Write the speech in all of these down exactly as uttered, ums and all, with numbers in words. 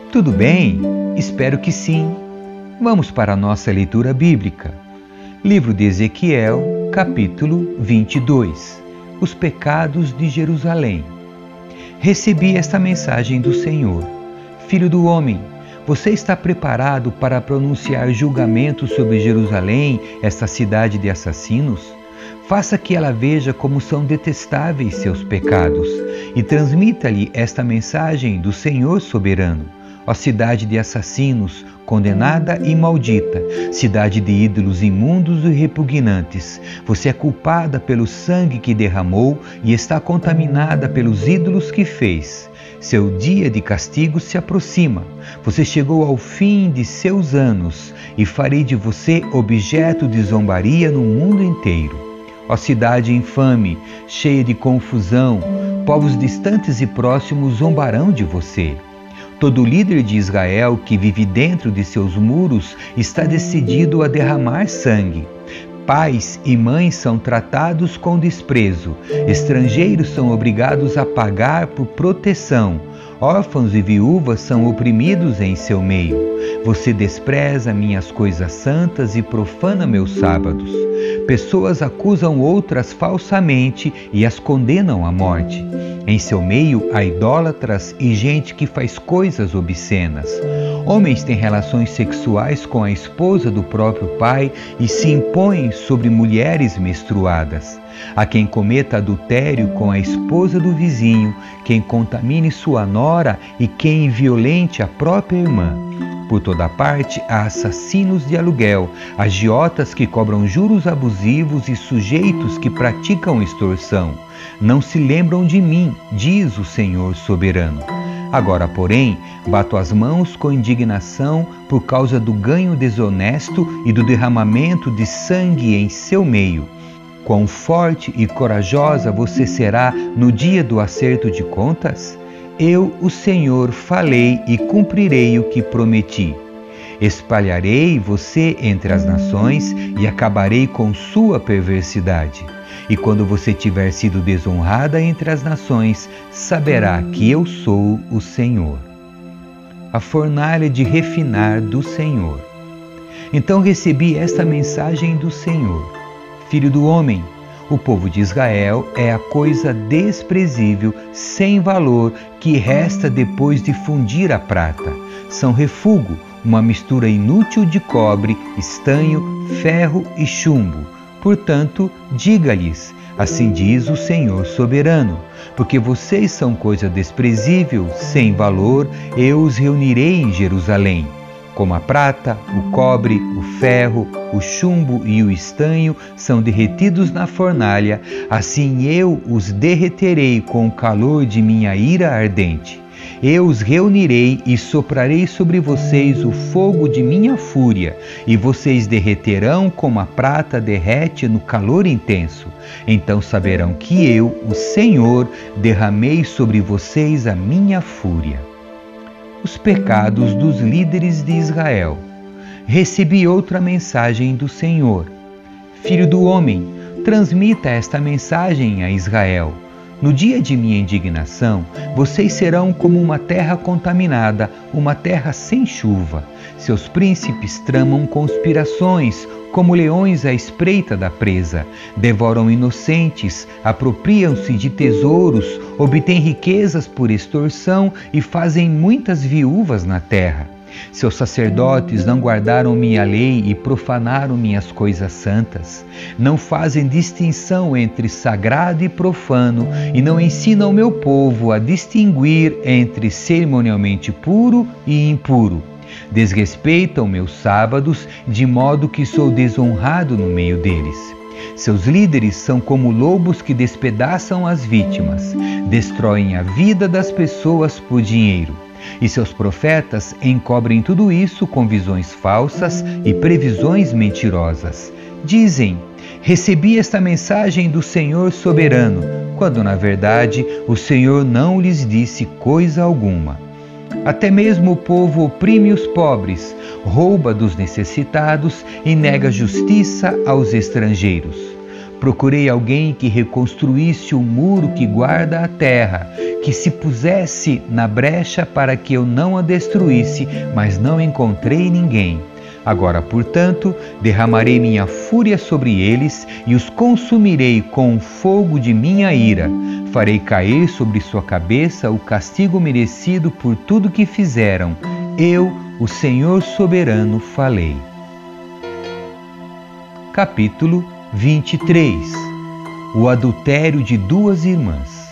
Tudo bem? Espero que sim. Vamos para a nossa leitura bíblica. Livro de Ezequiel, capítulo vinte e dois. Os pecados de Jerusalém. Recebi esta mensagem do Senhor. Filho do homem, você está preparado para pronunciar julgamento sobre Jerusalém, esta cidade de assassinos? Faça que ela veja como são detestáveis seus pecados e transmita-lhe esta mensagem do Senhor soberano. Ó cidade de assassinos, condenada e maldita, cidade de ídolos imundos e repugnantes, você é culpada pelo sangue que derramou e está contaminada pelos ídolos que fez. Seu dia de castigo se aproxima. Você chegou ao fim de seus anos e farei de você objeto de zombaria no mundo inteiro. Ó cidade infame, cheia de confusão, povos distantes e próximos zombarão de você. Todo líder de Israel que vive dentro de seus muros está decidido a derramar sangue. Pais e mães são tratados com desprezo. Estrangeiros são obrigados a pagar por proteção. Órfãos e viúvas são oprimidos em seu meio. Você despreza minhas coisas santas e profana meus sábados. Pessoas acusam outras falsamente e as condenam à morte. Em seu meio há idólatras e gente que faz coisas obscenas. Homens têm relações sexuais com a esposa do próprio pai e se impõem sobre mulheres menstruadas. Há quem cometa adultério com a esposa do vizinho, quem contamine sua nora e quem violente a própria irmã. Por toda parte há assassinos de aluguel, agiotas que cobram juros abusivos e sujeitos que praticam extorsão. Não se lembram de mim, diz o Senhor soberano. Agora, porém, bato as mãos com indignação por causa do ganho desonesto e do derramamento de sangue em seu meio. Quão forte e corajosa você será no dia do acerto de contas? Eu, o Senhor, falei e cumprirei o que prometi. Espalharei você entre as nações e acabarei com sua perversidade. E quando você tiver sido desonrada entre as nações, saberá que eu sou o Senhor. A fornalha de refinar do Senhor. Então recebi esta mensagem do Senhor. Filho do homem, o povo de Israel é a coisa desprezível, sem valor, que resta depois de fundir a prata. São refúgio, uma mistura inútil de cobre, estanho, ferro e chumbo. Portanto, diga-lhes, assim diz o Senhor soberano, porque vocês são coisa desprezível, sem valor, eu os reunirei em Jerusalém. Como a prata, o cobre, o ferro, o chumbo e o estanho são derretidos na fornalha, assim eu os derreterei com o calor de minha ira ardente. Eu os reunirei e soprarei sobre vocês o fogo de minha fúria, e vocês derreterão como a prata derrete no calor intenso. Então saberão que eu, o Senhor, derramei sobre vocês a minha fúria. Os pecados dos líderes de Israel. Recebi outra mensagem do Senhor. Filho do homem, transmita esta mensagem a Israel. No dia de minha indignação, vocês serão como uma terra contaminada, uma terra sem chuva. Seus príncipes tramam conspirações, como leões à espreita da presa. Devoram inocentes, apropriam-se de tesouros, obtêm riquezas por extorsão e fazem muitas viúvas na terra. Seus sacerdotes não guardaram minha lei e profanaram minhas coisas santas. Não fazem distinção entre sagrado e profano e não ensinam meu povo a distinguir entre cerimonialmente puro e impuro. Desrespeitam meus sábados, de modo que sou desonrado no meio deles. Seus líderes são como lobos que despedaçam as vítimas, destroem a vida das pessoas por dinheiro. E seus profetas encobrem tudo isso com visões falsas e previsões mentirosas. Dizem, recebi esta mensagem do Senhor soberano, quando na verdade o Senhor não lhes disse coisa alguma. Até mesmo o povo oprime os pobres, rouba dos necessitados e nega justiça aos estrangeiros. Procurei alguém que reconstruísse o muro que guarda a terra, que se pusesse na brecha para que eu não a destruísse, mas não encontrei ninguém. Agora, portanto, derramarei minha fúria sobre eles e os consumirei com o fogo de minha ira. Farei cair sobre sua cabeça o castigo merecido por tudo que fizeram. Eu, o Senhor soberano, falei. Capítulo vinte e três. O adultério de duas irmãs.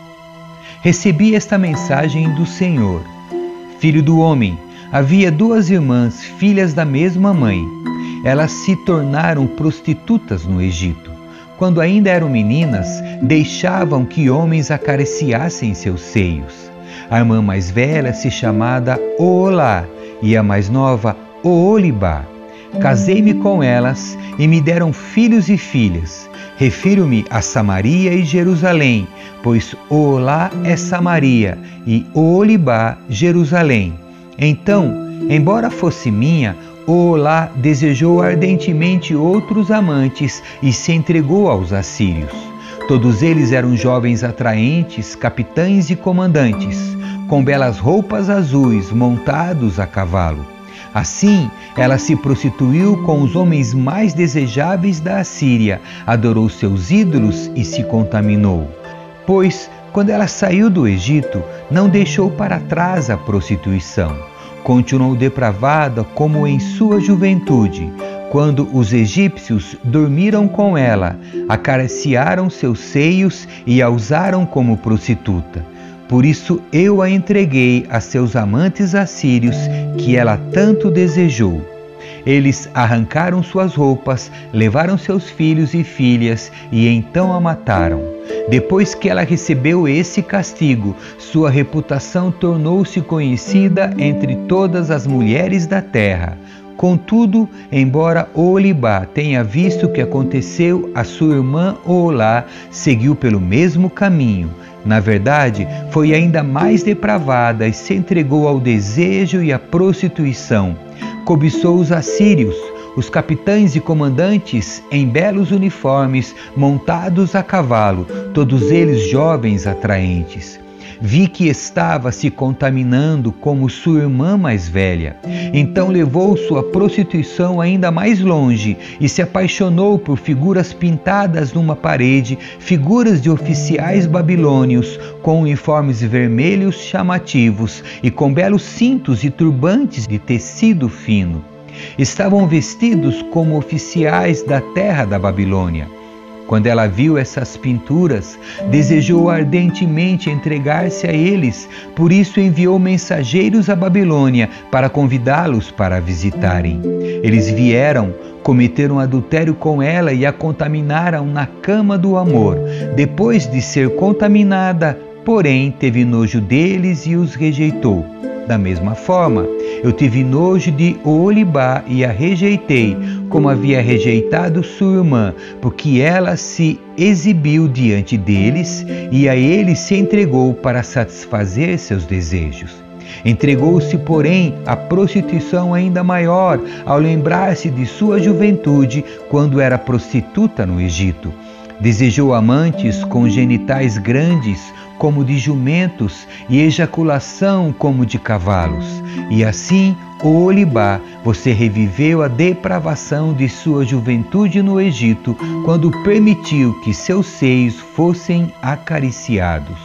Recebi esta mensagem do Senhor. Filho do homem, havia duas irmãs, filhas da mesma mãe. Elas se tornaram prostitutas no Egito. Quando ainda eram meninas, deixavam que homens acariciassem seus seios. A irmã mais velha se chamava Oholá e a mais nova Oholibá. Casei-me com elas e me deram filhos e filhas. Refiro-me a Samaria e Jerusalém, pois Oholá é Samaria e Oholibá Jerusalém. Então, embora fosse minha, Oholá desejou ardentemente outros amantes e se entregou aos assírios. Todos eles eram jovens atraentes, capitães e comandantes, com belas roupas azuis, montados a cavalo. Assim, ela se prostituiu com os homens mais desejáveis da Assíria, adorou seus ídolos e se contaminou. Pois, quando ela saiu do Egito, não deixou para trás a prostituição. Continuou depravada como em sua juventude, quando os egípcios dormiram com ela, acariciaram seus seios e a usaram como prostituta. Por isso eu a entreguei a seus amantes assírios, que ela tanto desejou. Eles arrancaram suas roupas, levaram seus filhos e filhas e então a mataram. Depois que ela recebeu esse castigo, sua reputação tornou-se conhecida entre todas as mulheres da terra. Contudo, embora Oholibá tenha visto o que aconteceu, a sua irmã Oholá seguiu pelo mesmo caminho. Na verdade, foi ainda mais depravada e se entregou ao desejo e à prostituição. Cobiçou os assírios, os capitães e comandantes em belos uniformes, montados a cavalo, todos eles jovens atraentes. Vi que estava se contaminando como sua irmã mais velha. Então levou sua prostituição ainda mais longe e se apaixonou por figuras pintadas numa parede, figuras de oficiais babilônios com uniformes vermelhos chamativos e com belos cintos e turbantes de tecido fino. Estavam vestidos como oficiais da terra da Babilônia. Quando ela viu essas pinturas, desejou ardentemente entregar-se a eles, por isso enviou mensageiros à Babilônia para convidá-los para a visitarem. Eles vieram, cometeram adultério com ela e a contaminaram na cama do amor. Depois de ser contaminada, porém, teve nojo deles e os rejeitou. Da mesma forma, eu tive nojo de Oholibá e a rejeitei, como havia rejeitado sua irmã, porque ela se exibiu diante deles e a eles se entregou para satisfazer seus desejos. Entregou-se, porém, à prostituição ainda maior, ao lembrar-se de sua juventude, quando era prostituta no Egito. Desejou amantes com genitais grandes, como de jumentos, e ejaculação como de cavalos. E assim, Oholibá, você reviveu a depravação de sua juventude no Egito, quando permitiu que seus seios fossem acariciados.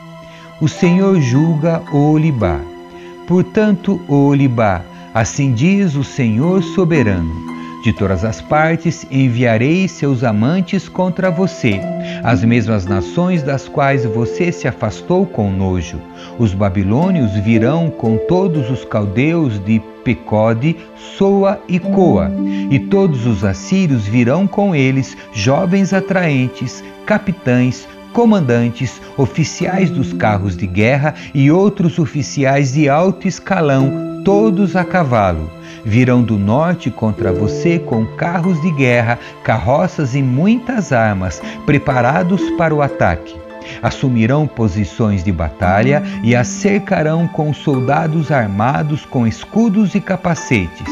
O Senhor julga Oholibá. Portanto, Oholibá, assim diz o Senhor soberano: de todas as partes enviarei seus amantes contra você, as mesmas nações das quais você se afastou com nojo. Os babilônios virão com todos os caldeus de Pecode, Soa e Coa, e todos os assírios virão com eles, jovens atraentes, capitães, comandantes, oficiais dos carros de guerra e outros oficiais de alto escalão, todos a cavalo. Virão do norte contra você com carros de guerra, carroças e muitas armas, preparados para o ataque. Assumirão posições de batalha e a cercarão com soldados armados com escudos e capacetes.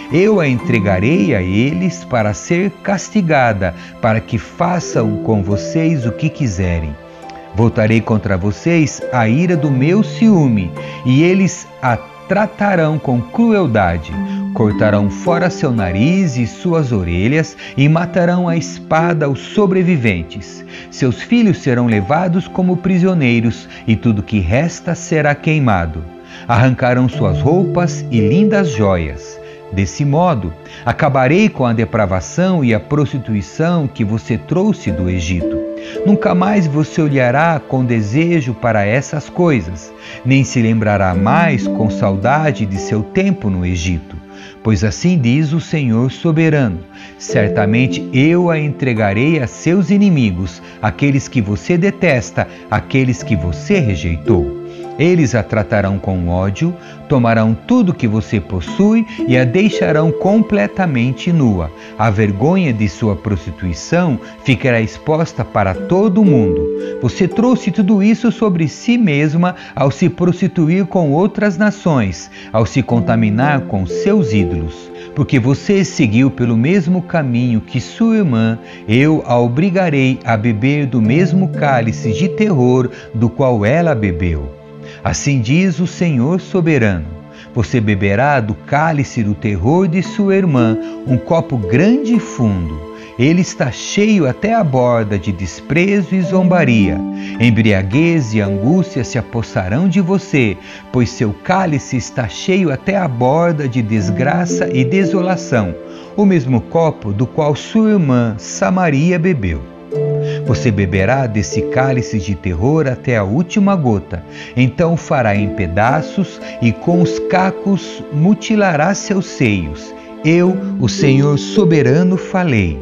eu a entregarei a eles para ser castigada, para que façam com vocês o que quiserem. Voltarei contra vocês a ira do meu ciúme, e eles a tratarão com crueldade. Cortarão fora seu nariz e suas orelhas, e matarão à espada os sobreviventes. Seus filhos serão levados como prisioneiros, e tudo que resta será queimado. Arrancarão suas roupas e lindas joias. Desse modo, acabarei com a depravação e a prostituição que você trouxe do Egito. Nunca mais você olhará com desejo para essas coisas, nem se lembrará mais com saudade de seu tempo no Egito. Pois assim diz o Senhor soberano: certamente eu a entregarei a seus inimigos, aqueles que você detesta, aqueles que você rejeitou. Eles a tratarão com ódio, tomarão tudo que você possui e a deixarão completamente nua. A vergonha de sua prostituição ficará exposta para todo o mundo. Você trouxe tudo isso sobre si mesma ao se prostituir com outras nações, ao se contaminar com seus ídolos. Porque você seguiu pelo mesmo caminho que sua irmã, eu a obrigarei a beber do mesmo cálice de terror do qual ela bebeu. Assim diz o Senhor soberano: você beberá do cálice do terror de sua irmã, um copo grande e fundo. Ele está cheio até a borda de desprezo e zombaria. Embriaguez e angústia se apossarão de você, pois seu cálice está cheio até a borda de desgraça e desolação, o mesmo copo do qual sua irmã Samaria bebeu. Você beberá desse cálice de terror até a última gota, então fará em pedaços e com os cacos mutilará seus seios. Eu, o Senhor soberano, falei.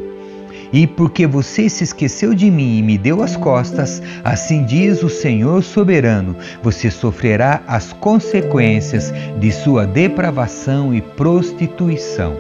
E porque você se esqueceu de mim e me deu as costas, assim diz o Senhor soberano, você sofrerá as consequências de sua depravação e prostituição.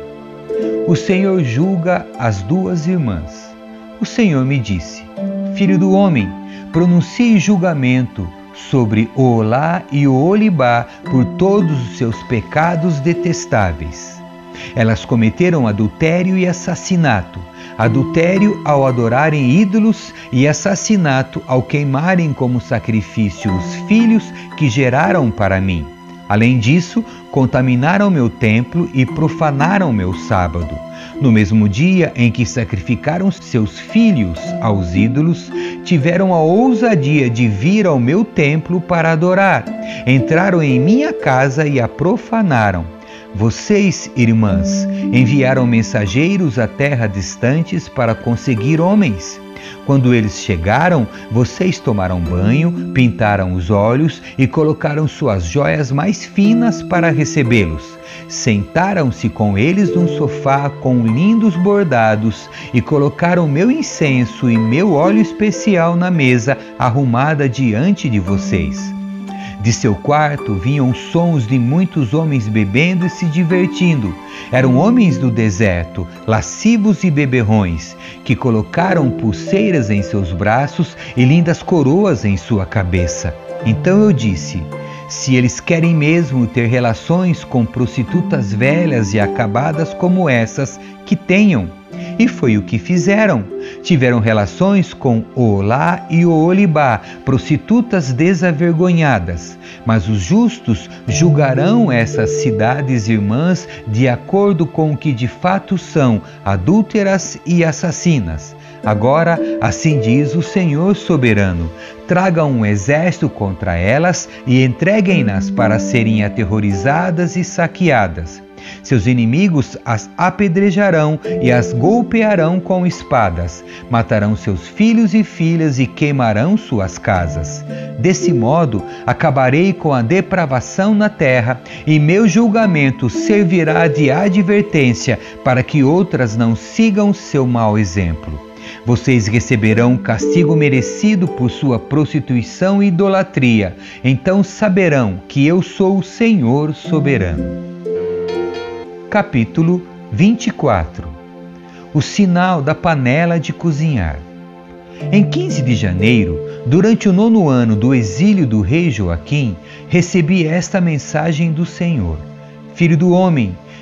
O Senhor julga as duas irmãs. O Senhor me disse: filho do homem, pronuncie julgamento sobre o Olá e o Olibá por todos os seus pecados detestáveis. Elas cometeram adultério e assassinato, adultério ao adorarem ídolos e assassinato ao queimarem como sacrifício os filhos que geraram para mim. Além disso, contaminaram meu templo e profanaram meu sábado. No mesmo dia em que sacrificaram seus filhos aos ídolos, tiveram a ousadia de vir ao meu templo para adorar. Entraram em minha casa e a profanaram. Vocês, irmãs, enviaram mensageiros a terras distantes para conseguir homens. Quando eles chegaram, vocês tomaram banho, pintaram os olhos e colocaram suas joias mais finas para recebê-los. Sentaram-se com eles num sofá com lindos bordados e colocaram meu incenso e meu óleo especial na mesa arrumada diante de vocês. De seu quarto vinham sons de muitos homens bebendo e se divertindo. Eram homens do deserto, lascivos e beberrões, que colocaram pulseiras em seus braços e lindas coroas em sua cabeça. Então eu disse: se eles querem mesmo ter relações com prostitutas velhas e acabadas como essas, que tenham. E foi o que fizeram. Tiveram relações com o Olá e o Olibá, prostitutas desavergonhadas. Mas os justos julgarão essas cidades irmãs de acordo com o que de fato são, adúlteras e assassinas. Agora, assim diz o Senhor soberano: tragam um exército contra elas e entreguem-nas para serem aterrorizadas e saqueadas. Seus inimigos as apedrejarão e as golpearão com espadas, matarão seus filhos e filhas e queimarão suas casas. Desse modo, acabarei com a depravação na terra, e meu julgamento servirá de advertência para que outras não sigam seu mau exemplo. Vocês receberão o castigo merecido por sua prostituição e idolatria. Então saberão que eu sou o Senhor soberano. Capítulo vinte e quatro. O sinal da panela de cozinhar. Em quinze de janeiro, durante o nono ano do exílio do rei Joaquim, recebi esta mensagem do Senhor: filho do homem,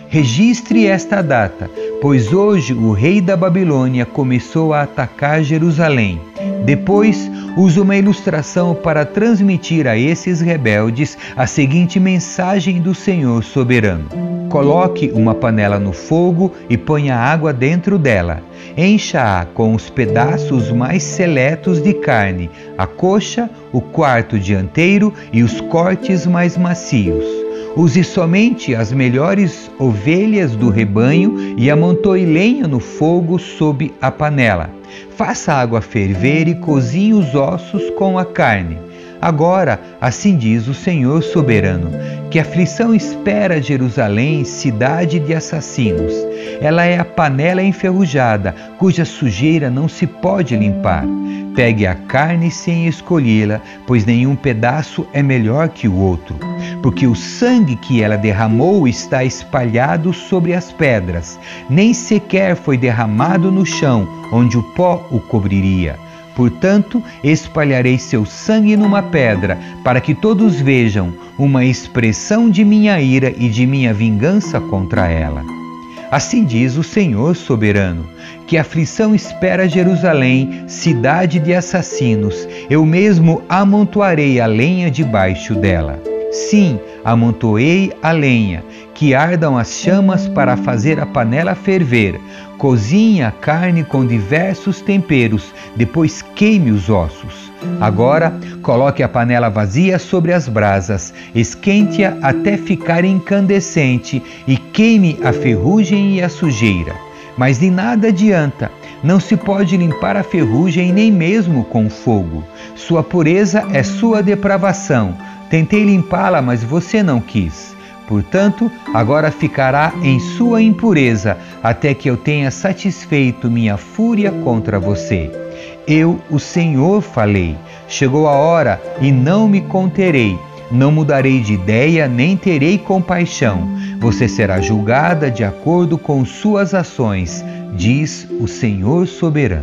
Registre esta data, pois hoje o rei da Babilônia começou a atacar Jerusalém. Depois, usa uma ilustração para transmitir a esses rebeldes a seguinte mensagem do Senhor soberano. Coloque uma panela no fogo e ponha água dentro dela. Encha-a com os pedaços mais seletos de carne, a coxa, o quarto dianteiro e os cortes mais macios. Use somente as melhores ovelhas do rebanho e amontoe lenha no fogo sob a panela. Faça a água ferver e cozinhe os ossos com a carne. Agora, assim diz o Senhor soberano, que aflição espera Jerusalém, cidade de assassinos. Ela é a panela enferrujada, cuja sujeira não se pode limpar. Pegue a carne sem escolhê-la, pois nenhum pedaço é melhor que o outro. Porque o sangue que ela derramou está espalhado sobre as pedras, nem sequer foi derramado no chão, onde o pó o cobriria. Portanto, espalharei seu sangue numa pedra, para que todos vejam uma expressão de minha ira e de minha vingança contra ela. Assim diz o Senhor soberano, que aflição espera Jerusalém, cidade de assassinos. Eu mesmo amontoarei a lenha debaixo dela. Sim, amontoei a lenha, que ardam as chamas para fazer a panela ferver. Cozinhe a carne com diversos temperos, depois queime os ossos. Agora, coloque a panela vazia sobre as brasas, esquente-a até ficar incandescente e queime a ferrugem e a sujeira. Mas de nada adianta, não se pode limpar a ferrugem nem mesmo com fogo. Sua pureza é sua depravação. Tentei limpá-la, mas você não quis. Portanto, agora ficará em sua impureza, até que eu tenha satisfeito minha fúria contra você. Eu, o Senhor, falei. Chegou a hora e não me conterei. Não mudarei de ideia, nem terei compaixão. Você será julgada de acordo com suas ações, diz o Senhor soberano.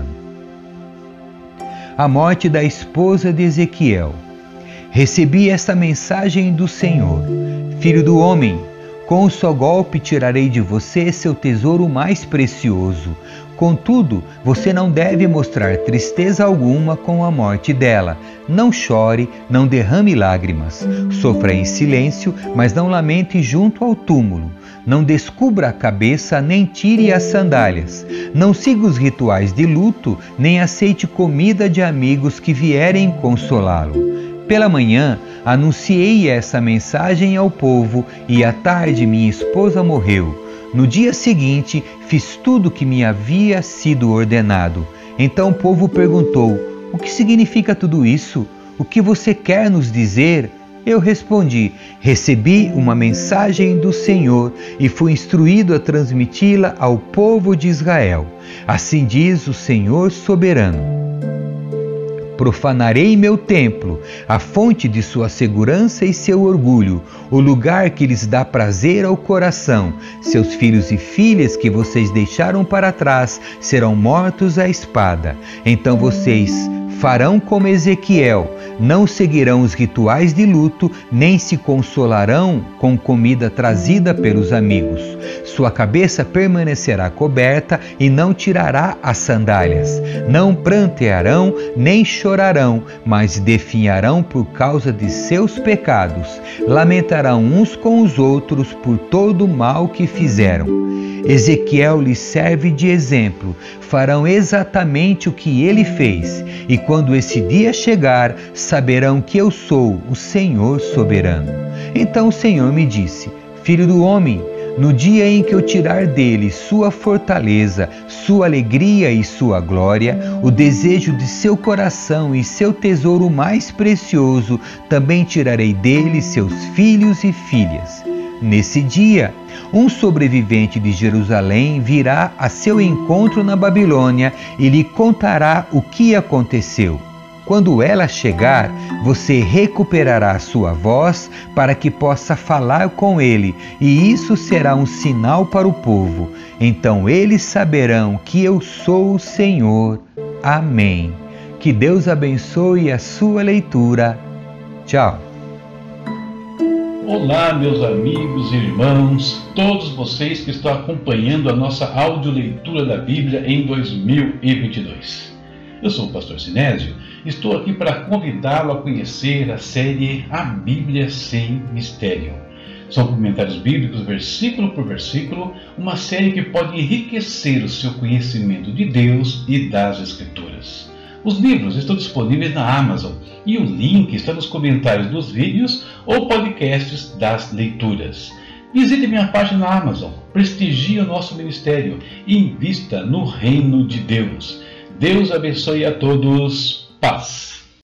A morte da esposa de Ezequiel. Recebi esta mensagem do Senhor. Filho do homem, com um só golpe tirarei de você seu tesouro mais precioso. Contudo, você não deve mostrar tristeza alguma com a morte dela. Não chore, não derrame lágrimas. Sofra em silêncio, mas não lamente junto ao túmulo. Não descubra a cabeça, nem tire as sandálias. Não siga os rituais de luto, nem aceite comida de amigos que vierem consolá-lo. Pela manhã, anunciei essa mensagem ao povo e à tarde minha esposa morreu. No dia seguinte, fiz tudo o que me havia sido ordenado. Então o povo perguntou, o que significa tudo isso? O que você quer nos dizer? Eu respondi, recebi uma mensagem do Senhor e fui instruído a transmiti-la ao povo de Israel. Assim diz o Senhor soberano. Profanarei meu templo, a fonte de sua segurança e seu orgulho, o lugar que lhes dá prazer ao coração. Seus filhos e filhas que vocês deixaram para trás serão mortos à espada. Então vocês farão como Ezequiel, não seguirão os rituais de luto, nem se consolarão com comida trazida pelos amigos. Sua cabeça permanecerá coberta e não tirará as sandálias. Não prantearão, nem chorarão, mas definharão por causa de seus pecados. Lamentarão uns com os outros por todo o mal que fizeram. Ezequiel lhes serve de exemplo, farão exatamente o que ele fez, e quando esse dia chegar, saberão que eu sou o Senhor soberano. Então o Senhor me disse, filho do homem, no dia em que eu tirar dele sua fortaleza, sua alegria e sua glória, o desejo de seu coração e seu tesouro mais precioso, também tirarei dele seus filhos e filhas. Nesse dia, um sobrevivente de Jerusalém virá a seu encontro na Babilônia e lhe contará o que aconteceu. Quando ela chegar, você recuperará sua voz para que possa falar com ele, e isso será um sinal para o povo. Então eles saberão que eu sou o Senhor. Amém. Que Deus abençoe a sua leitura. Tchau. Olá, meus amigos e irmãos, todos vocês que estão acompanhando a nossa audioleitura da Bíblia em dois mil e vinte e dois. Eu sou o pastor Sinésio, estou aqui para convidá-lo a conhecer a série A Bíblia Sem Mistério. São comentários bíblicos, versículo por versículo, uma série que pode enriquecer o seu conhecimento de Deus e das Escrituras. Os livros estão disponíveis na Amazon e o link está nos comentários dos vídeos ou podcasts das leituras. Visite minha página na Amazon, prestigie o nosso ministério e invista no reino de Deus. Deus abençoe a todos. Paz.